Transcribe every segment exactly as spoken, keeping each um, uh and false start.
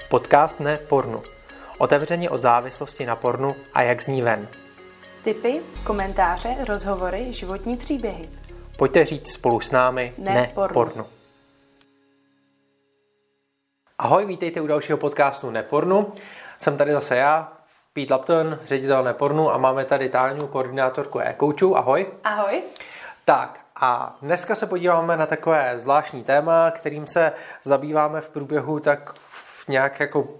Podcast Ne pornu. Otevřeně o závislosti na pornu a jak z ní ven. Tipy, komentáře, rozhovory, životní příběhy. Pojďte říct spolu s námi Ne, ne pornu. pornu. Ahoj, vítejte u dalšího podcastu Ne pornu. Jsem tady zase já, Pete Lapton, ředitel Ne pornu, a máme tady Táňu, koordinátorku e-coachů. Ahoj. Ahoj. Tak a dneska se podíváme na takové zvláštní téma, kterým se zabýváme v průběhu tak nějak jako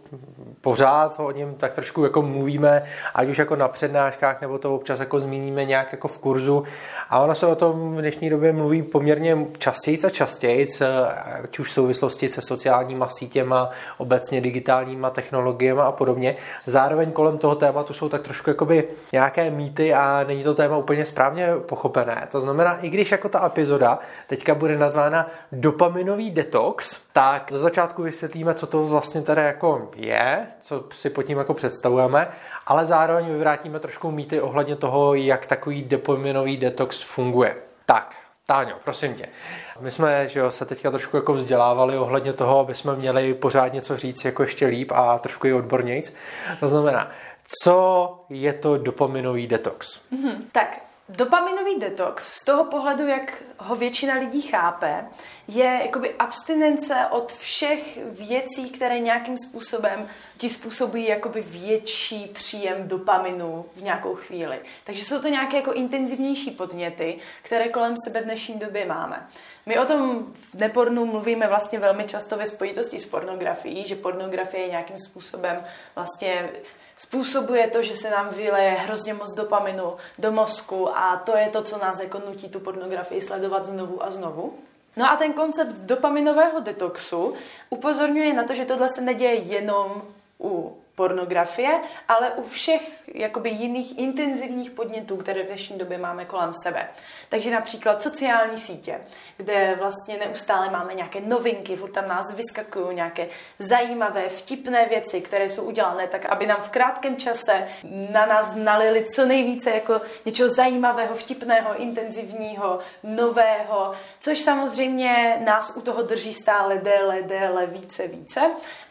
pořád o něm tak trošku jako mluvíme, ať už jako na přednáškách, nebo to občas jako zmíníme nějak jako v kurzu. A ono se o tom v dnešní době mluví poměrně častěji a častěji, ať už v souvislosti se sociálníma sítěma, obecně digitálníma technologiemi a podobně. Zároveň kolem toho tématu jsou tak trošku jakoby nějaké mýty a není to téma úplně správně pochopené. To znamená, i když jako ta epizoda teďka bude nazvána dopaminový detox, tak za začátku vysvětlíme, co to vlastně tady jako je, co si pod tím jako představujeme, ale zároveň vyvrátíme trošku mýty ohledně toho, jak takový dopaminový detox funguje. Tak, Táňo, prosím tě. My jsme že jo, se teďka trošku jako vzdělávali ohledně toho, aby jsme měli pořád něco říct jako ještě líp a trošku i odbornějc. To znamená, co je to dopaminový detox? Mm-hmm. Tak, dopaminový detox z toho pohledu, jak ho většina lidí chápe, je jakoby abstinence od všech věcí, které nějakým způsobem ti způsobují jakoby větší příjem dopaminu v nějakou chvíli. Takže jsou to nějaké jako intenzivnější podněty, které kolem sebe v dnešní době máme. My o tom v nepornu mluvíme vlastně velmi často ve spojitosti s pornografií, že pornografie je nějakým způsobem vlastně způsobuje to, že se nám vyleje hrozně moc dopaminu do mozku a to je to, co nás jako nutí tu pornografii sledovat znovu a znovu. No a ten koncept dopaminového detoxu upozorňuje na to, že tohle se neděje jenom u pornografie, ale u všech jakoby jiných intenzivních podnětů, které v dnešní době máme kolem sebe. Takže například sociální sítě, kde vlastně neustále máme nějaké novinky, furt tam nás vyskakují nějaké zajímavé, vtipné věci, které jsou udělané tak, aby nám v krátkém čase na nás nalili co nejvíce jako něčeho zajímavého, vtipného, intenzivního, nového, což samozřejmě nás u toho drží stále déle, déle, více, více.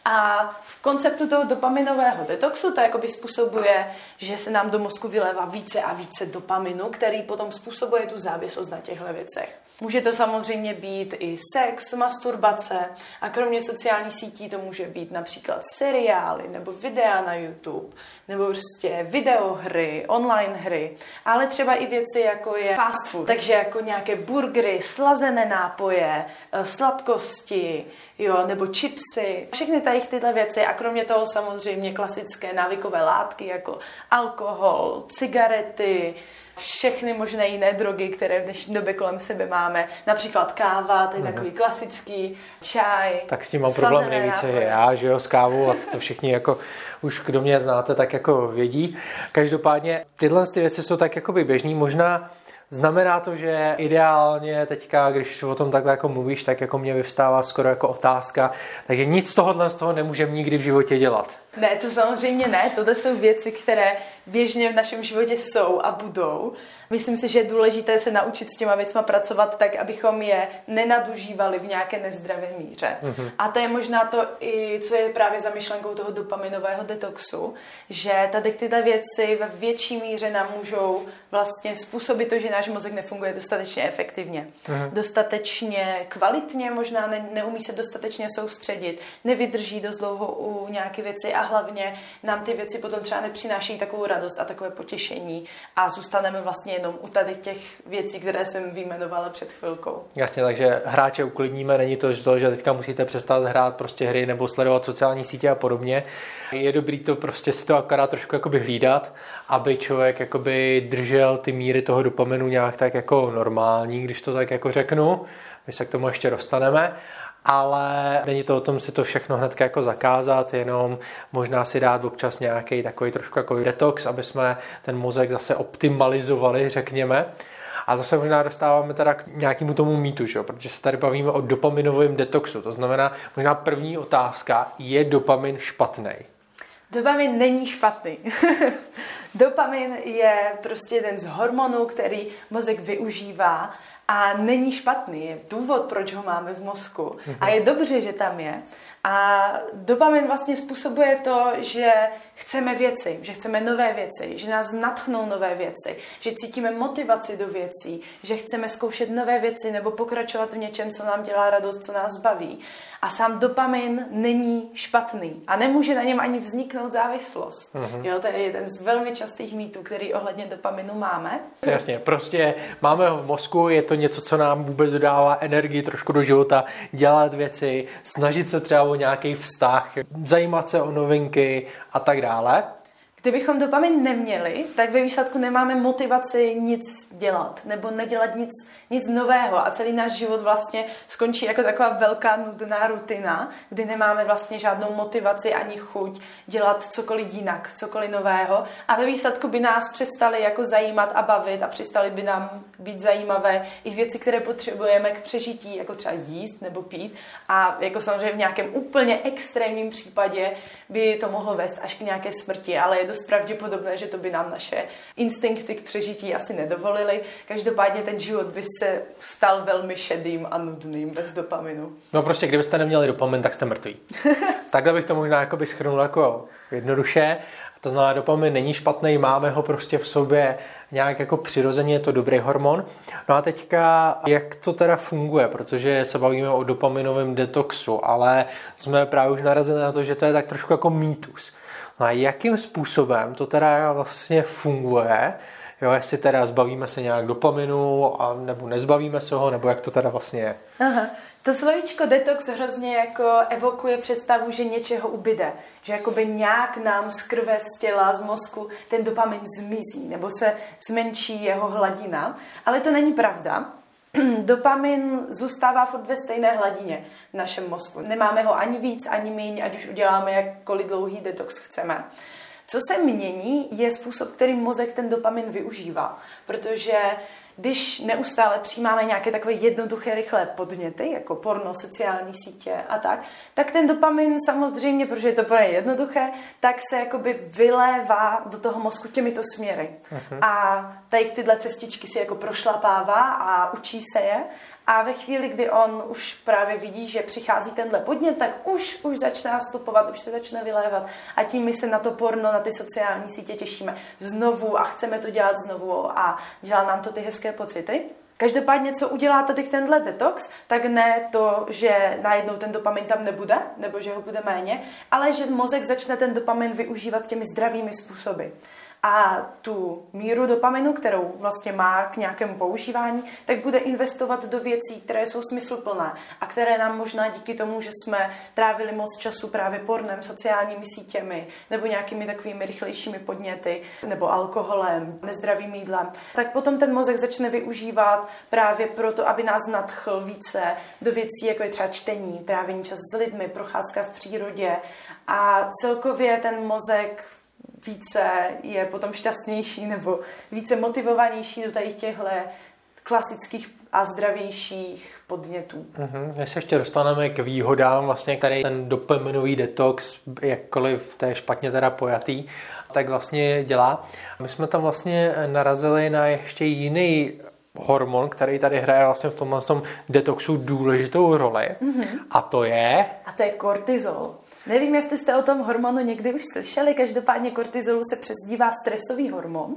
A v konceptu toho dopaminového detoxu to jakoby způsobuje, že se nám do mozku vylévá více a více dopaminu, který potom způsobuje tu závislost na těchto věcech. Může to samozřejmě být i sex, masturbace a kromě sociálních sítí to může být například seriály nebo videa na YouTube nebo prostě videohry, online hry, ale třeba i věci jako je fast food, takže jako nějaké burgery, slazené nápoje, sladkosti, jo, nebo chipsy, všechny tady tyhle věci a kromě toho samozřejmě klasické návykové látky jako alkohol, cigarety, všechny možné jiné drogy, které v dnešní době kolem sebe máme. Například káva, to je mm. takový klasický, čaj. Tak s tím mám problém nejvíce nápoje. Já, že jo, s kávou a to všichni jako už kdo mě znáte, tak jako vědí. Každopádně tyhle ty věci jsou tak jakoby běžný, možná znamená to, že ideálně teďka, když o tom takhle jako mluvíš, tak jako mě vyvstává skoro jako otázka, takže nic z tohohle z toho nemůžeme nikdy v životě dělat. Ne, to samozřejmě ne, tohle jsou věci, které běžně v našem životě jsou a budou. Myslím si, že je důležité se naučit s těma věcma pracovat tak, abychom je nenadužívali v nějaké nezdravé míře. Mm-hmm. A to je možná to i, co je právě za myšlenkou toho dopaminového detoxu, že tady tyhle věci ve větší míře nám můžou vlastně způsobit to, že náš mozek nefunguje dostatečně efektivně. Mm-hmm. Dostatečně kvalitně, možná ne, neumí se dostatečně soustředit, nevydrží dost dlouho u nějaké věci a hlavně nám ty věci potom třeba nepřináší takovou radost a takové potěšení a zůstaneme vlastně jenom u tady těch věcí, které jsem vyjmenovala před chvilkou. Jasně, takže hráče uklidníme, není to, že teďka musíte přestat hrát prostě hry nebo sledovat sociální sítě a podobně. Je dobrý to prostě si to akorát trošku jakoby hlídat, aby člověk jakoby držel ty míry toho dopaminu nějak tak jako normální, když to tak jako řeknu. My se k tomu ještě dostaneme. Ale není to o tom si to všechno hnedka jako zakázat, jenom možná si dát občas nějaký takový trošku jako detox, aby jsme ten mozek zase optimalizovali, řekněme. A to se možná dostáváme teda k nějakému tomu mýtu, že? Protože se tady bavíme o dopaminovém detoxu. To znamená, možná první otázka, je dopamin špatný? Dopamin není špatný. Dopamin je prostě jeden z hormonů, který mozek využívá a není špatný. Je důvod, proč ho máme v mozku a je dobře, že tam je. A dopamin vlastně způsobuje to, že chceme věci, že chceme nové věci, že nás nadchnou nové věci, že cítíme motivaci do věcí, že chceme zkoušet nové věci nebo pokračovat v něčem, co nám dělá radost, co nás baví. A sám dopamin není špatný a nemůže na něm ani vzniknout závislost. Mm-hmm. Jo, to je jeden z velmi častých mýtů, který ohledně dopaminu máme. Jasně, prostě máme ho v mozku, je to něco, co nám vůbec dodává energii trošku do života, dělat věci, snažit se třeba o nějaký vztah, zajímat se o novinky a tak dále. Kdybychom dopamin neměli, tak ve výsledku nemáme motivaci nic dělat nebo nedělat nic, nic nového a celý náš život vlastně skončí jako taková velká nudná rutina, kdy nemáme vlastně žádnou motivaci ani chuť dělat cokoliv jinak, cokoliv nového a ve výsledku by nás přestali jako zajímat a bavit a přestali by nám být zajímavé i věci, které potřebujeme k přežití, jako třeba jíst nebo pít a jako samozřejmě v nějakém úplně extrémním případě by to mohlo vést až k nějaké smrti, ale je dost pravděpodobné, že to by nám naše instinkty k přežití asi nedovolily. Každopádně ten život by se stal velmi šedým a nudným bez dopaminu. No prostě, kdybyste neměli dopamin, tak jste mrtví. Takhle bych to možná jakoby shrnul jako jednoduše. To znamená, dopamin není špatný, máme ho prostě v sobě nějak jako přirozeně, je to dobrý hormon. No a teďka, jak to teda funguje, protože se bavíme o dopaminovém detoxu, ale jsme právě už narazili na to, že to je tak trošku jako mýtus. No a jakým způsobem to teda vlastně funguje, jo, jestli teda zbavíme se nějak dopaminu, a nebo nezbavíme se ho, nebo jak to teda vlastně je. Aha. To slovíčko detox hrozně jako evokuje představu, že něčeho ubyde, že jakoby nějak nám z krve, z těla, z mozku ten dopamin zmizí, nebo se zmenší jeho hladina, ale to není pravda. Dopamin zůstává furt ve stejné hladině v našem mozku. Nemáme ho ani víc, ani míň, ať už uděláme jakkoliv dlouhý detox chceme. Co se mění, je způsob, kterým mozek ten dopamin využívá. Protože když neustále přijímáme nějaké takové jednoduché, rychlé podněty, jako porno, sociální sítě a tak, tak ten dopamin samozřejmě, protože je to pro ně jednoduché, tak se jakoby vylévá do toho mozku těmito směry. Uh-huh. A tady tyhle cestičky si jako prošlapává a učí se je. A ve chvíli, kdy on už právě vidí, že přichází tenhle podnět, tak už, už začne nastupovat, už se začne vylévat. A tím my se na to porno, na ty sociální sítě těšíme znovu a chceme to dělat znovu a dělá nám to ty hezké pocity. Každopádně, co udělá tady tenhle detox, tak ne to, že najednou ten dopamin tam nebude, nebo že ho bude méně, ale že mozek začne ten dopamin využívat těmi zdravými způsoby. A tu míru dopaminu, kterou vlastně má k nějakému používání, tak bude investovat do věcí, které jsou smysluplné a které nám možná díky tomu, že jsme trávili moc času právě pornem, sociálními sítěmi nebo nějakými takovými rychlejšími podněty nebo alkoholem, nezdravým jídlem, tak potom ten mozek začne využívat právě proto, aby nás nadchl více do věcí, jako je třeba čtení, trávení čas s lidmi, procházka v přírodě a celkově ten mozek více je potom šťastnější nebo více motivovanější do tady těchto klasických a zdravějších podnětů. Mm-hmm. Když se ještě dostaneme k výhodám, vlastně, který ten dopaminový detox, jakkoliv to je špatně teda pojatý, tak vlastně dělá. My jsme tam vlastně narazili na ještě jiný hormon, který tady hraje vlastně v tomhle tom detoxu důležitou roli. Mm-hmm. A to je... A to je kortizol. Nevím, jestli jste o tom hormonu někdy už slyšeli, každopádně kortizolu se přezdívá stresový hormon.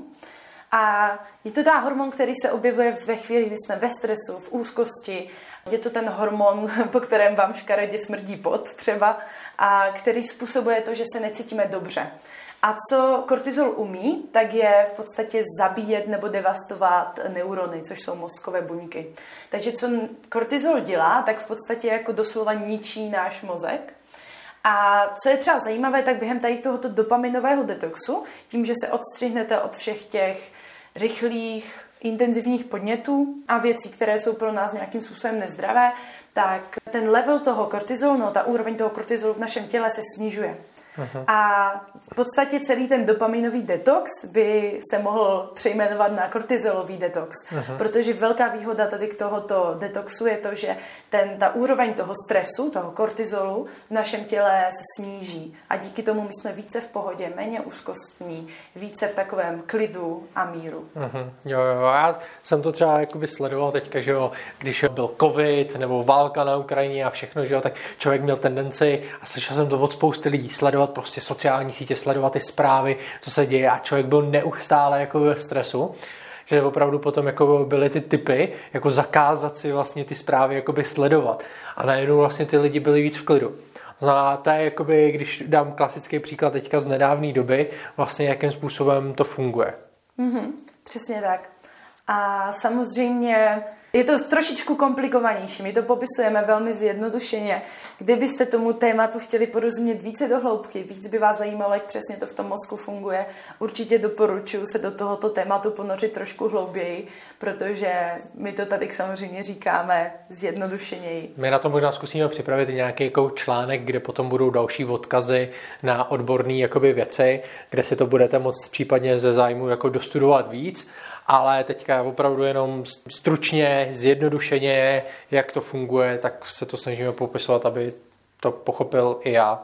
A je to ta hormon, který se objevuje ve chvíli, kdy jsme ve stresu, v úzkosti. Je to ten hormon, po kterém vám škaredě smrdí pot třeba, a který způsobuje to, že se necítíme dobře. A co kortizol umí, tak je v podstatě zabíjet nebo devastovat neurony, což jsou mozkové buňky. Takže co kortizol dělá, tak v podstatě jako doslova ničí náš mozek. A co je třeba zajímavé, tak během tady tohoto dopaminového detoxu, tím, že se odstřihnete od všech těch rychlých, intenzivních podnětů a věcí, které jsou pro nás nějakým způsobem nezdravé, tak ten level toho kortizolu, no, ta úroveň toho kortizolu v našem těle se snižuje. Uh-huh. A v podstatě celý ten dopaminový detox by se mohl přejmenovat na kortizolový detox, uh-huh. protože velká výhoda tady k tohoto detoxu je to, že ten, ta úroveň toho stresu, toho kortizolu v našem těle se sníží a díky tomu my jsme více v pohodě, méně úzkostní, více v takovém klidu a míru. Uh-huh. Jo, jo, já jsem to třeba jakoby sledoval teďka, že jo, když byl covid nebo válka na Ukrajině a všechno, že jo, tak člověk měl tendenci, a slyšel jsem to od spousty lidí, sledovat prostě sociální sítě, sledovat ty zprávy, co se děje a člověk byl neustále jako ve stresu, že opravdu potom jako byly ty typy, jako zakázat si vlastně ty zprávy jakoby sledovat a najednou vlastně ty lidi byli víc v klidu. No, to je jakoby, když dám klasický příklad teďka z nedávné doby, vlastně jakým způsobem to funguje. Mm-hmm, přesně tak. A samozřejmě je to trošičku komplikovanější. My to popisujeme velmi zjednodušeně. Kdybyste tomu tématu chtěli porozumět více do hloubky, víc by vás zajímalo, jak přesně to v tom mozku funguje, určitě doporučuji se do tohoto tématu ponořit trošku hlouběji, protože my to tady samozřejmě říkáme zjednodušeněji. My na to možná zkusíme připravit nějaký jako článek, kde potom budou další odkazy na odborné jakoby věci, kde si to budete moct případně ze zájmu jako dostudovat víc. Ale teďka opravdu jenom stručně, zjednodušeně, jak to funguje, tak se to snažíme popisovat, aby to pochopil i já.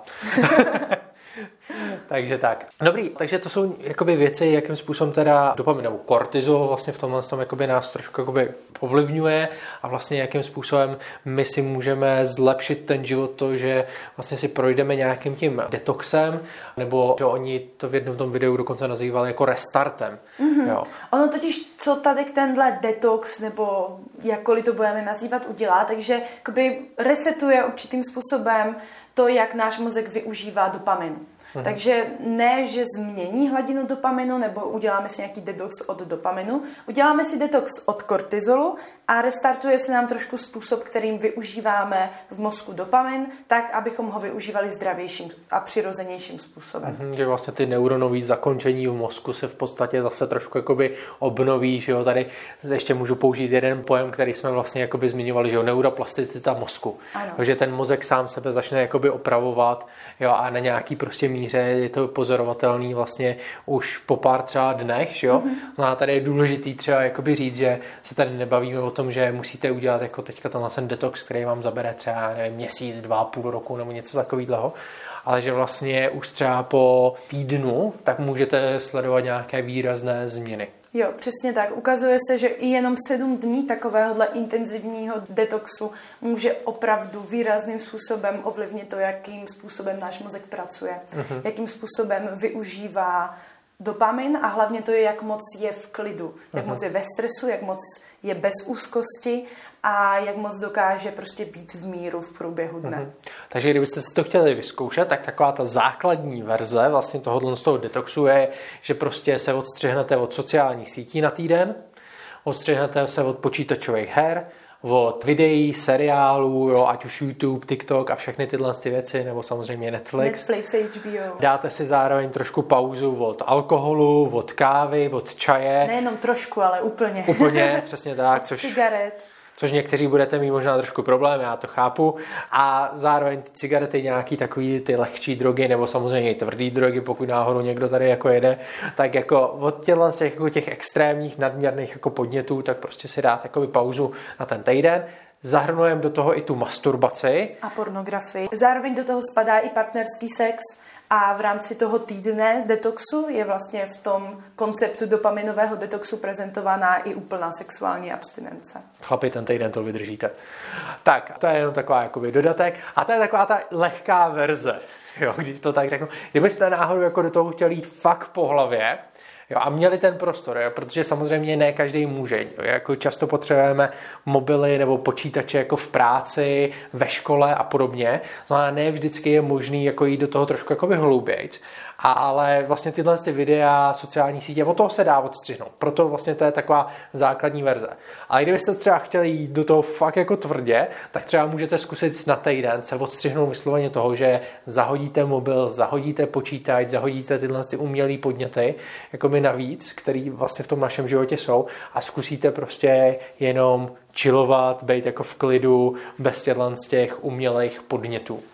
Takže tak. Dobrý, takže to jsou jakoby věci, jakým způsobem teda dopamin nebo kortizol vlastně v tomhle tom jakoby nás trošku jakoby ovlivňuje a vlastně jakým způsobem my si můžeme zlepšit ten život, to, že vlastně si projdeme nějakým tím detoxem, nebo že oni to v jednom tom videu dokonce nazývali jako restartem. Mm-hmm. Jo. Ono totiž, co tady tenhle detox, nebo jakkoliv to budeme nazývat, udělá, takže jakoby resetuje určitým způsobem to, jak náš mozek využívá dopamin. Uhum. Takže ne, že změní hladinu dopaminu nebo uděláme si nějaký detox od dopaminu, uděláme si detox od kortizolu a restartuje se nám trošku způsob, kterým využíváme v mozku dopamin, tak, abychom ho využívali zdravějším a přirozenějším způsobem. Uhum, že vlastně ty neuronové zakončení v mozku se v podstatě zase trošku jakoby obnoví, že jo, tady ještě můžu použít jeden pojem, který jsme vlastně jakoby zmiňovali, že jo, neuroplasticita mozku. Ano. Takže ten mozek sám sebe začne jakoby opravovat, jo, a na nějaký prostě míře je to pozorovatelný vlastně už po pár třeba dnech, že jo. Mm-hmm. No a tady je důležitý třeba jakoby říct, že se tady nebavíme o tom, že musíte udělat jako teďka tenhle ten detox, který vám zabere třeba nevím, měsíc, dva, půl roku nebo něco takového, ale že vlastně už třeba po týdnu tak můžete sledovat nějaké výrazné změny. Jo, přesně tak. Ukazuje se, že i jenom sedm dní takovéhohle intenzivního detoxu může opravdu výrazným způsobem ovlivnit to, jakým způsobem náš mozek pracuje, uh-huh. jakým způsobem využívá dopamin a hlavně to je, jak moc je v klidu, jak uh-huh. moc je ve stresu, jak moc je bez úzkosti a jak moc dokáže prostě být v míru v průběhu dne. Uh-huh. Takže kdybyste si to chtěli vyzkoušet, tak taková ta základní verze vlastně tohohle z toho detoxu je, že prostě se odstřihnete od sociálních sítí na týden, odstřihnete se od počítačových her, od videí, seriálů, jo, ať už YouTube, TikTok a všechny tyhle ty věci, nebo samozřejmě Netflix. Netflix, H B O. Dáte si zároveň trošku pauzu od alkoholu, od kávy, od čaje. Nejenom trošku, ale úplně. Úplně, přesně tak. Od což... cigaret. Což někteří budete mít možná trošku problém, já to chápu. A zároveň ty cigarety, nějaký takový ty lehčí drogy, nebo samozřejmě i tvrdý drogy, pokud náhodou někdo tady jako jede, tak jako od těchto těch, jako těch extrémních nadměrných jako podnětů, tak prostě si dát jakoby pauzu na ten týden. Zahrnujeme do toho i tu masturbaci. A pornografii. Zároveň do toho spadá i partnerský sex. A v rámci toho týdne detoxu je vlastně v tom konceptu dopaminového detoxu prezentovaná i úplná sexuální abstinence. Chlapi, ten týden to vydržíte. Tak, to je jenom taková jakoby dodatek. A to je taková ta lehká verze, jo, když to tak řeknu. Kdybyste náhodou jako do toho chtěli jít fakt po hlavě, jo, a měli ten prostor, jo, protože samozřejmě ne každý může. Jo, jako často potřebujeme mobily nebo počítače jako v práci, ve škole a podobně. No a ne vždycky je možný jako jít do toho trošku jako hloubějc. A, ale vlastně tyhle ty videa, sociální sítě, od toho se dá odstřihnout. Proto vlastně to je taková základní verze. Ale kdybyste třeba chtěli jít do toho fakt jako tvrdě, tak třeba můžete zkusit na týden se odstřihnout vysloveně toho, že zahodíte mobil, zahodíte počítač, zahodíte tyhle ty umělý podněty, jako by navíc, který vlastně v tom našem životě jsou a zkusíte prostě jenom chillovat, být jako v klidu, bez těchto z těch umělých podnětů.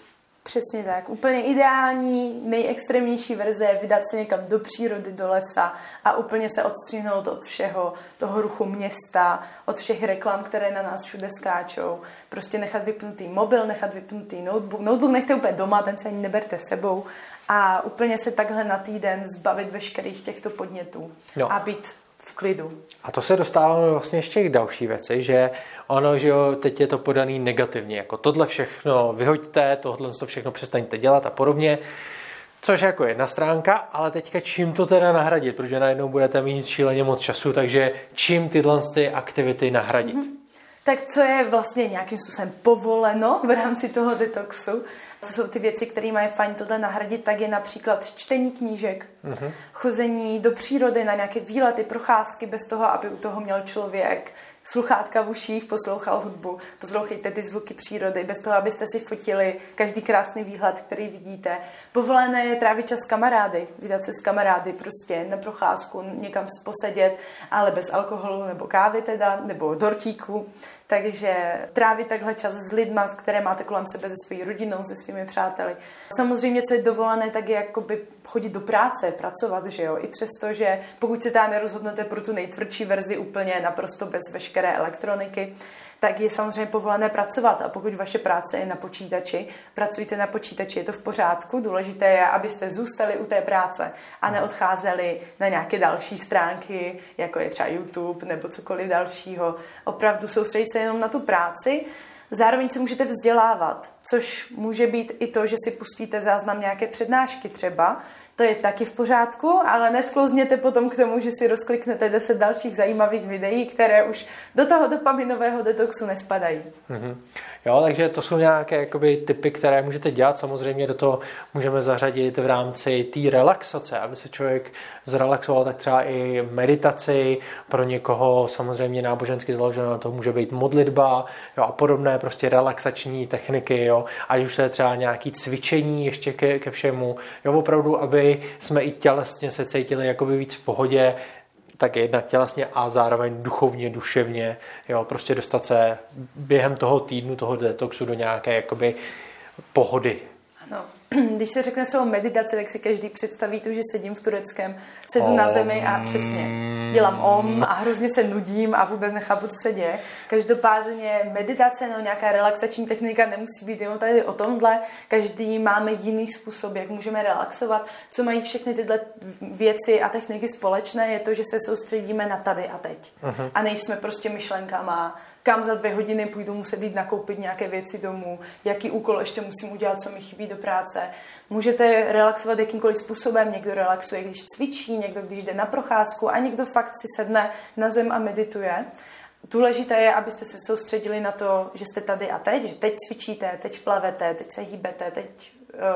Přesně tak. Úplně ideální, nejextrémnější verze je vydat se někam do přírody, do lesa a úplně se odstřihnout od všeho toho ruchu města, od všech reklam, které na nás všude skáčou. Prostě nechat vypnutý mobil, nechat vypnutý notebook. Notebook nechte úplně doma, ten se ani neberte sebou. A úplně se takhle na týden zbavit veškerých těchto podnětů no. a být v klidu. A to se dostáváme vlastně ještě k další věci, že ono, že jo, teď je to podaný negativně, jako tohle všechno vyhoďte, tohle to všechno přestaňte dělat a podobně, což je jako jedna stránka, ale teďka čím to teda nahradit, protože najednou budete mít šíleně moc času, takže čím tyhle ty aktivity nahradit? Mm-hmm. Tak co je vlastně nějakým způsobem povoleno v rámci toho detoxu, co jsou ty věci, které mají fajn tohle nahradit, tak je například čtení knížek, mm-hmm. chození do přírody na nějaké výlety, procházky, bez toho, aby u toho měl člověk sluchátka v uších, poslouchal hudbu, poslouchejte ty zvuky přírody, bez toho, abyste si fotili každý krásný výhled, který vidíte. Povolené je trávit čas s kamarády, vydat se s kamarády prostě na procházku, někam posedět, ale bez alkoholu nebo kávy teda, nebo dortíku. Takže trávit takhle čas s lidma, které máte kolem sebe, se svojí rodinou, se svými přáteli. Samozřejmě, co je dovolené, tak je jakoby chodit do práce, pracovat, že jo. I přesto, že pokud se teda nerozhodnete pro tu nejtvrdší verzi úplně naprosto bez veškeré elektroniky, tak je samozřejmě povolené pracovat. A pokud vaše práce je na počítači, pracujte na počítači, je to v pořádku. Důležité je, abyste zůstali u té práce a neodcházeli na nějaké další stránky, jako je třeba YouTube nebo cokoliv dalšího. Opravdu soustředit se jenom na tu práci. Zároveň se můžete vzdělávat, což může být i to, že si pustíte záznam nějaké přednášky třeba. To je taky v pořádku, ale nesklouzněte potom k tomu, že si rozkliknete deset dalších zajímavých videí, které už do toho dopaminového detoxu nespadají. Mm-hmm. Jo, takže to jsou nějaké jakoby, typy, které můžete dělat. Samozřejmě do toho můžeme zařadit v rámci té relaxace, aby se člověk zrelaxoval, tak třeba i meditaci, pro někoho samozřejmě nábožensky založená, to může být modlitba, jo, a podobné prostě relaxační techniky, jo, ať už to je třeba nějaké cvičení ještě ke, ke všemu, jo, opravdu, aby jsme i tělesně se cítili jakoby víc v pohodě, tak jednak tělesně a zároveň duchovně, duševně, jo, prostě dostat se během toho týdnu, toho detoxu do nějaké jakoby pohody. Ano. Když se řekne slovo meditace, tak si každý představí tu, že sedím v tureckém, sedu om. na zemi a přesně dělám om a hrozně se nudím a vůbec nechápu, co se děje. Každopádně meditace nebo nějaká relaxační technika nemusí být jenom tady o tomhle. Každý máme jiný způsob, jak můžeme relaxovat. Co mají všechny tyhle věci a techniky společné, je to, že se soustředíme na tady a teď. Uh-huh. A nejsme prostě myšlenkama, kam za dvě hodiny půjdu muset jít nakoupit nějaké věci domů, jaký úkol ještě musím udělat, co mi chybí do práce. Můžete relaxovat jakýmkoliv způsobem, někdo relaxuje, když cvičí, někdo, když jde na procházku a někdo fakt si sedne na zem a medituje. Důležité je, abyste se soustředili na to, že jste tady a teď, že teď cvičíte, teď plavete, teď se hýbete, teď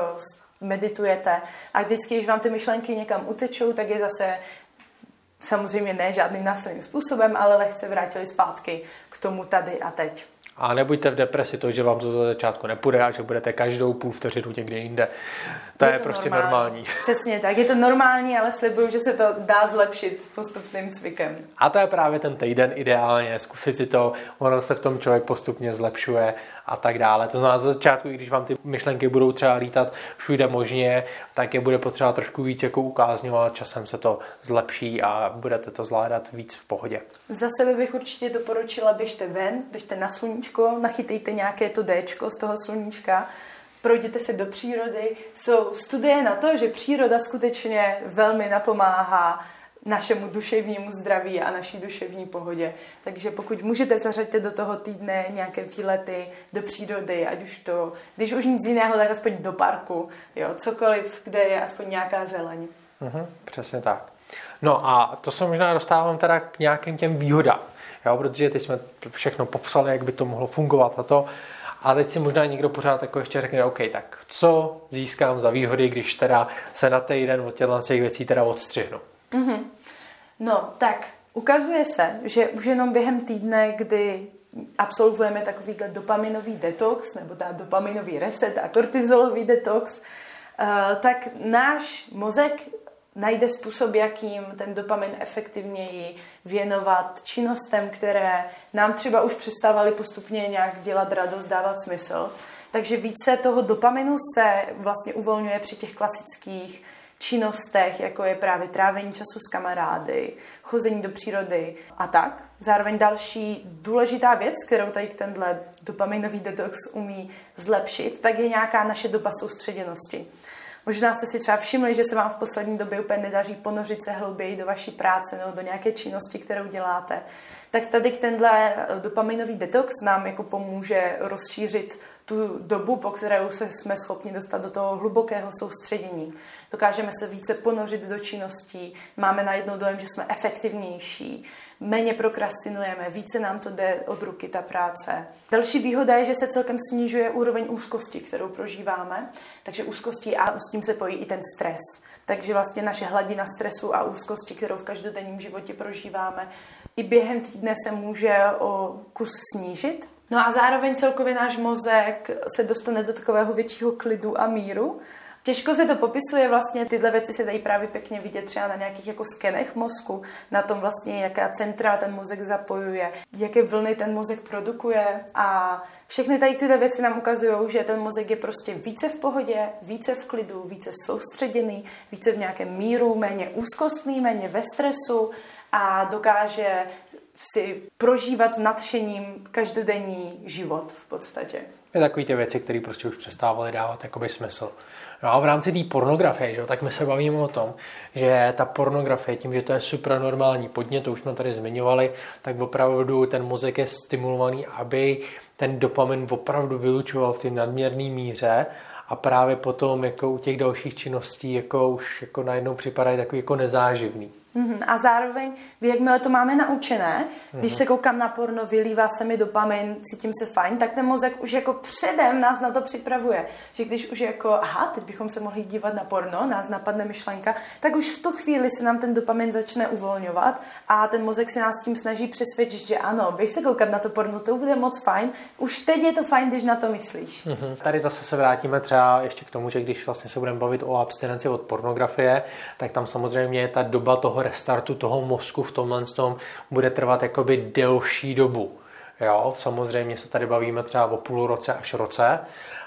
uh, meditujete a vždycky, když vám ty myšlenky někam utečou, tak je zase samozřejmě ne žádným násilným způsobem, ale lehce vrátili zpátky k tomu tady a teď. A nebuďte v depresi to, že vám to za začátku nepůjde a že budete každou půl vteřinu někde jinde. To je, je to prostě normální. normální. Přesně tak, je to normální, ale slibuju, že se to dá zlepšit postupným cvikem. A to je právě ten týden ideálně, zkusit si to, ono se v tom člověk postupně zlepšuje a tak dále. To znamená, za začátku, i když vám ty myšlenky budou třeba lítat všude možně, tak je bude potřeba trošku víc jako ukázňovat, časem se to zlepší a budete to zvládat víc v pohodě. Za sebe bych určitě doporučila, běžte ven, běžte na sluníčko, nachytejte nějaké to déčko z toho sluníčka, projděte se do přírody. Jsou studie na to, že příroda skutečně velmi napomáhá našemu duševnímu zdraví a naší duševní pohodě. Takže pokud můžete, zařaďte do toho týdne nějaké výlety do přírody, ať už to, když už nic jiného, tak aspoň do parku, jo, cokoliv, kde je aspoň nějaká zeleň. Mhm, přesně tak. No a to se možná dostávám teda k nějakým těm výhodám, jo, protože teď jsme všechno popsali, jak by to mohlo fungovat a to. A teď si možná někdo pořád jako ještě řekne, OK, tak co získám za výhody, když teda se na týden od těchto těch věcí teda odstřihnu? Mm-hmm. No, tak ukazuje se, že už jenom během týdne, kdy absolvujeme takovýhle dopaminový detox, nebo ta dopaminový reset a kortizolový detox, uh, tak náš mozek najde způsob, jakým ten dopamin efektivněji věnovat činnostem, které nám třeba už přestávaly postupně nějak dělat radost, dávat smysl. Takže více toho dopaminu se vlastně uvolňuje při těch klasických činnostech, jako je právě trávení času s kamarády, chození do přírody a tak. Zároveň další důležitá věc, kterou tady tenhle dopaminový detox umí zlepšit, tak je nějaká naše doba soustředěnosti. Možná jste si třeba všimli, že se vám v poslední době úplně nedaří ponořit se hlouběji do vaší práce nebo do nějaké činnosti, kterou děláte. Tak tady tenhle dopaminový detox nám jako pomůže rozšířit tu dobu, po kterou se jsme schopni dostat do toho hlubokého soustředění. Dokážeme se více ponořit do činností, máme najednou dojem, že jsme efektivnější, méně prokrastinujeme, více nám to jde od ruky ta práce. Další výhoda je, že se celkem snižuje úroveň úzkosti, kterou prožíváme, takže úzkosti a s tím se pojí i ten stres. Takže vlastně naše hladina stresu a úzkosti, kterou v každodenním životě prožíváme, i během týdne se může o kus snížit. No a zároveň celkově náš mozek se dostane do takového většího klidu a míru. Těžko se to popisuje, vlastně tyhle věci se dají právě pěkně vidět třeba na nějakých jako skenech mozku, na tom vlastně, jaká centra ten mozek zapojuje, jaké vlny ten mozek produkuje a všechny tady tyhle věci nám ukazují, že ten mozek je prostě více v pohodě, více v klidu, více soustředěný, více v nějakém míru, méně úzkostný, méně ve stresu a dokáže si prožívat s nadšením každodenní život v podstatě. Je takový ty věci, které prostě už přestávaly dávat jakoby smysl. No a v rámci té pornografie, že, tak my se bavíme o tom, že ta pornografie, tím, že to je supranormální podnět, to už jsme tady zmiňovali, tak opravdu ten mozek je stimulovaný, aby ten dopamin opravdu vylučoval v té nadměrné míře a právě potom jako u těch dalších činností jako už jako najednou připadají takový jako nezáživný. Mm-hmm. A zároveň, jakmile to máme naučené, mm-hmm. když se koukám na porno, vylívá se mi dopamin, cítím se fajn, tak ten mozek už jako předem nás na to připravuje. Že když už jako, aha, teď bychom se mohli dívat na porno, nás napadne myšlenka, tak už v tu chvíli se nám ten dopamin začne uvolňovat a ten mozek se nás tím snaží přesvědčit, že ano, běž se koukat na to porno, to bude moc fajn. Už teď je to fajn, když na to myslíš. Mm-hmm. Tady zase se vrátíme třeba ještě k tomu, že když vlastně se budeme bavit o abstinenci od pornografie, tak tam samozřejmě ta doba toho restartu toho mozku v tomhle tom bude trvat jakoby delší dobu. Jo, samozřejmě se tady bavíme třeba o půl roce až roce,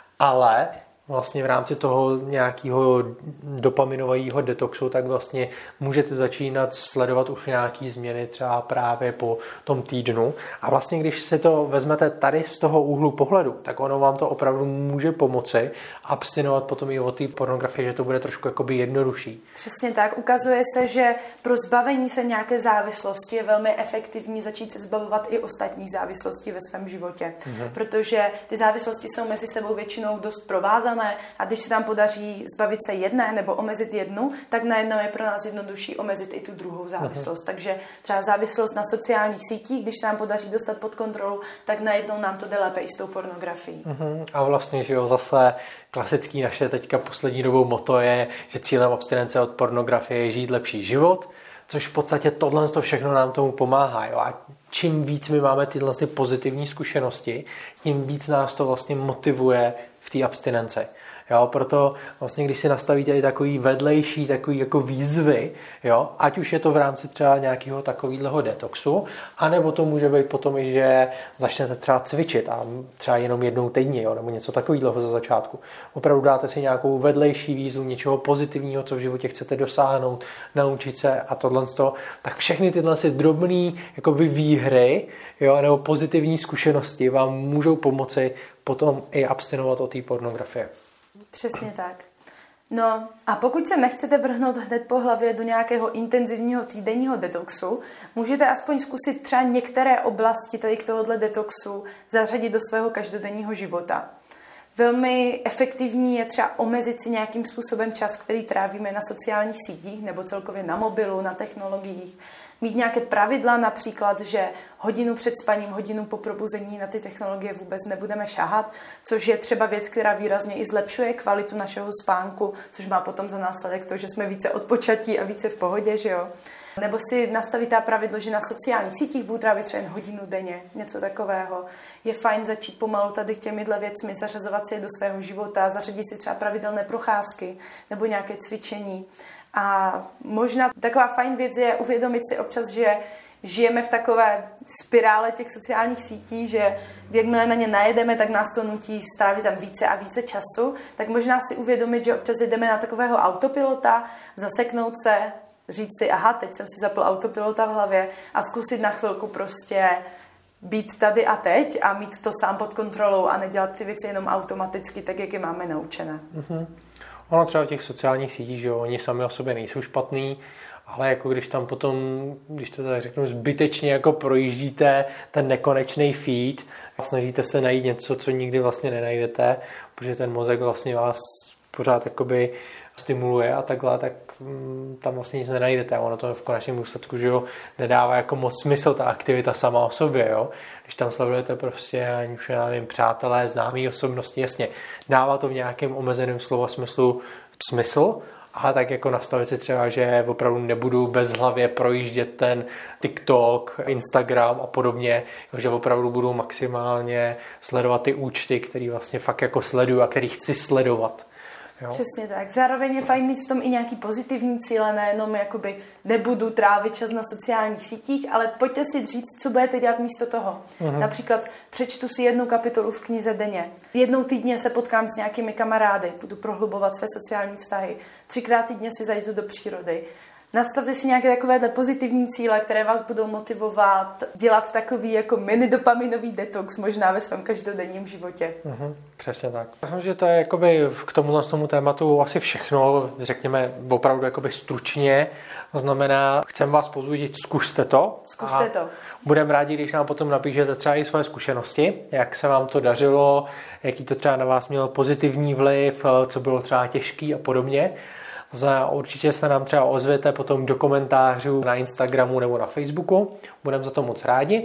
ale vlastně v rámci toho nějakého dopaminového detoxu, tak vlastně můžete začínat sledovat už nějaké změny třeba právě po tom týdnu. A vlastně, když si to vezmete tady z toho úhlu pohledu, tak ono vám to opravdu může pomoci abstinovat potom i od té pornografie, že to bude trošku jakoby jednodušší. Přesně tak. Ukazuje se, že pro zbavení se nějaké závislosti je velmi efektivní začít se zbavovat i ostatních závislostí ve svém životě. Mhm. Protože ty závislosti jsou mezi sebou většinou dost provázané a když se nám podaří zbavit se jedné nebo omezit jednu, tak najednou je pro nás jednodušší omezit i tu druhou závislost. Uh-huh. Takže třeba závislost na sociálních sítích, když se nám podaří dostat pod kontrolu, tak najednou nám to jde lépe i s tou pornografií. Uh-huh. A vlastně, že jo, zase klasický naše teďka poslední dobou moto je, že cílem abstinence od pornografie je žít lepší život, což v podstatě tohle všechno nám tomu pomáhá. Jo? A čím víc my máme tyhle pozitivní zkušenosti, tím víc nás to vlastně motivuje v té abstinenci. Jo, proto vlastně, když si nastavíte i takový vedlejší, takový jako výzvy, jo, ať už je to v rámci třeba nějakého takového detoxu, anebo to může být potom i, že začnete třeba cvičit a třeba jenom jednou týdně, jo, nebo něco takového za začátku. Opravdu dáte si nějakou vedlejší výzvu, něčeho pozitivního, co v životě chcete dosáhnout, naučit se a tohle, tak všechny tyhle si drobné jakoby výhry, jo, nebo pozitivní zkušenosti vám můžou pomoci potom i abstinovat od té pornografie. Přesně tak. No a pokud se nechcete vrhnout hned po hlavě do nějakého intenzivního týdenního detoxu, můžete aspoň zkusit třeba některé oblasti tady k tohohle detoxu zařadit do svého každodenního života. Velmi efektivní je třeba omezit si nějakým způsobem čas, který trávíme na sociálních sítích nebo celkově na mobilu, na technologiích. Mít nějaké pravidla, například, že hodinu před spaním, hodinu po probuzení na ty technologie vůbec nebudeme šahat, což je třeba věc, která výrazně i zlepšuje kvalitu našeho spánku, což má potom za následek to, že jsme více odpočatí a více v pohodě, že jo. Nebo si nastavit ta pravidlo, že na sociálních sítích budu trávit třeba jen hodinu denně, něco takového. Je fajn začít pomalu tady těmihle věcmi, zařazovat si je do svého života, zařadit si třeba pravidelné procházky nebo nějaké cvičení. A možná taková fajn věc je uvědomit si občas, že žijeme v takové spirále těch sociálních sítí, že jakmile na ně najedeme, tak nás to nutí strávit tam více a více času, tak možná si uvědomit, že občas jdeme na takového autopilota, zaseknout se, říct si, aha, teď jsem si zapl autopilota v hlavě a zkusit na chvilku prostě být tady a teď a mít to sám pod kontrolou a nedělat ty věci jenom automaticky, tak jak je máme naučené. Mm-hmm. Ono třeba těch sociálních sítí, že jo, oni sami o sobě nejsou špatný, ale jako když tam potom, když to tak řeknu, zbytečně jako projíždíte ten nekonečný feed a snažíte se najít něco, co nikdy vlastně nenajdete, protože ten mozek vlastně vás pořád jakoby stimuluje a takhle, tak mm, tam vlastně nic nenajdete. Ono to v konečném důsledku, že jo, nedává jako moc smysl ta aktivita sama o sobě, jo. Když tam sledujete prostě, ani už nevím, přátelé, známí osobnosti, jasně, dává to v nějakém omezeném slova smyslu smysl, ale tak jako nastavit si třeba, že opravdu nebudu bezhlavě projíždět ten TikTok, Instagram a podobně, že opravdu budu maximálně sledovat ty účty, který vlastně fakt jako sleduju a který chci sledovat. Jo. Přesně tak. Zároveň je fajn mít v tom i nějaký pozitivní cíle, nejenom jakoby nebudu trávit čas na sociálních sítích, ale pojďte si říct, co budete dělat místo toho. Mm-hmm. Například přečtu si jednu kapitolu v knize denně. Jednou týdně se potkám s nějakými kamarády, budu prohlubovat své sociální vztahy. Třikrát týdně si zajdu do přírody. Nastavte si nějaké takovéhle pozitivní cíle, které vás budou motivovat dělat takový jako mini dopaminový detox možná ve svém každodenním životě. Mm-hmm, přesně tak. Myslím, že to je jakoby k tomuhle tomu tématu asi všechno, řekněme opravdu jakoby stručně. To znamená, chcem vás pozbudit, zkuste to. Zkuste to. Budeme rádi, když nám potom napíšete třeba i svoje zkušenosti, jak se vám to dařilo, jaký to třeba na vás mělo pozitivní vliv, co bylo třeba těžký a podobně. Za, určitě se nám třeba ozvěte potom do komentářů na Instagramu nebo na Facebooku. Budeme za to moc rádi.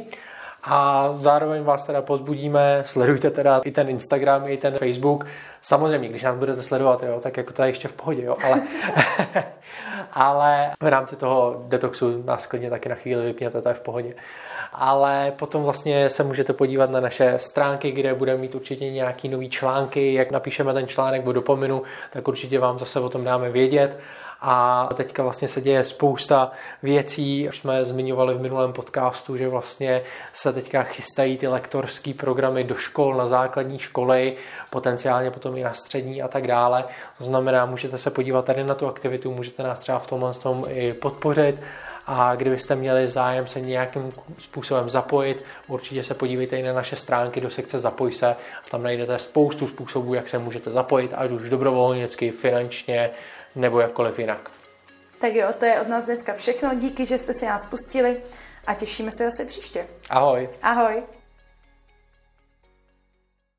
A zároveň vás teda pozbudíme, sledujte teda i ten Instagram, i ten Facebook. Samozřejmě, když nás budete sledovat, jo, tak jako to je ještě v pohodě, jo, ale, ale v rámci toho detoxu nás klidně taky na chvíli vypněte, to je v pohodě. Ale potom vlastně se můžete podívat na naše stránky, kde budeme mít určitě nějaký nový články, jak napíšeme ten článek o dopaminu, tak určitě vám zase o tom dáme vědět. A teďka vlastně se děje spousta věcí, už jsme zmiňovali v minulém podcastu, že vlastně se teďka chystají ty lektorský programy do škol, na základní školy, potenciálně potom i na střední a tak dále. To znamená, můžete se podívat tady na tu aktivitu, můžete nás třeba v tomhle tom i podpořit. A kdybyste měli zájem se nějakým způsobem zapojit, určitě se podívejte i na naše stránky do sekce Zapoj se a tam najdete spoustu způsobů, jak se můžete zapojit, ať už dobrovolnicky, finančně nebo jakkoliv jinak. Tak jo, to je od nás dneska všechno. Díky, že jste si nás pustili a těšíme se zase příště. Ahoj. Ahoj.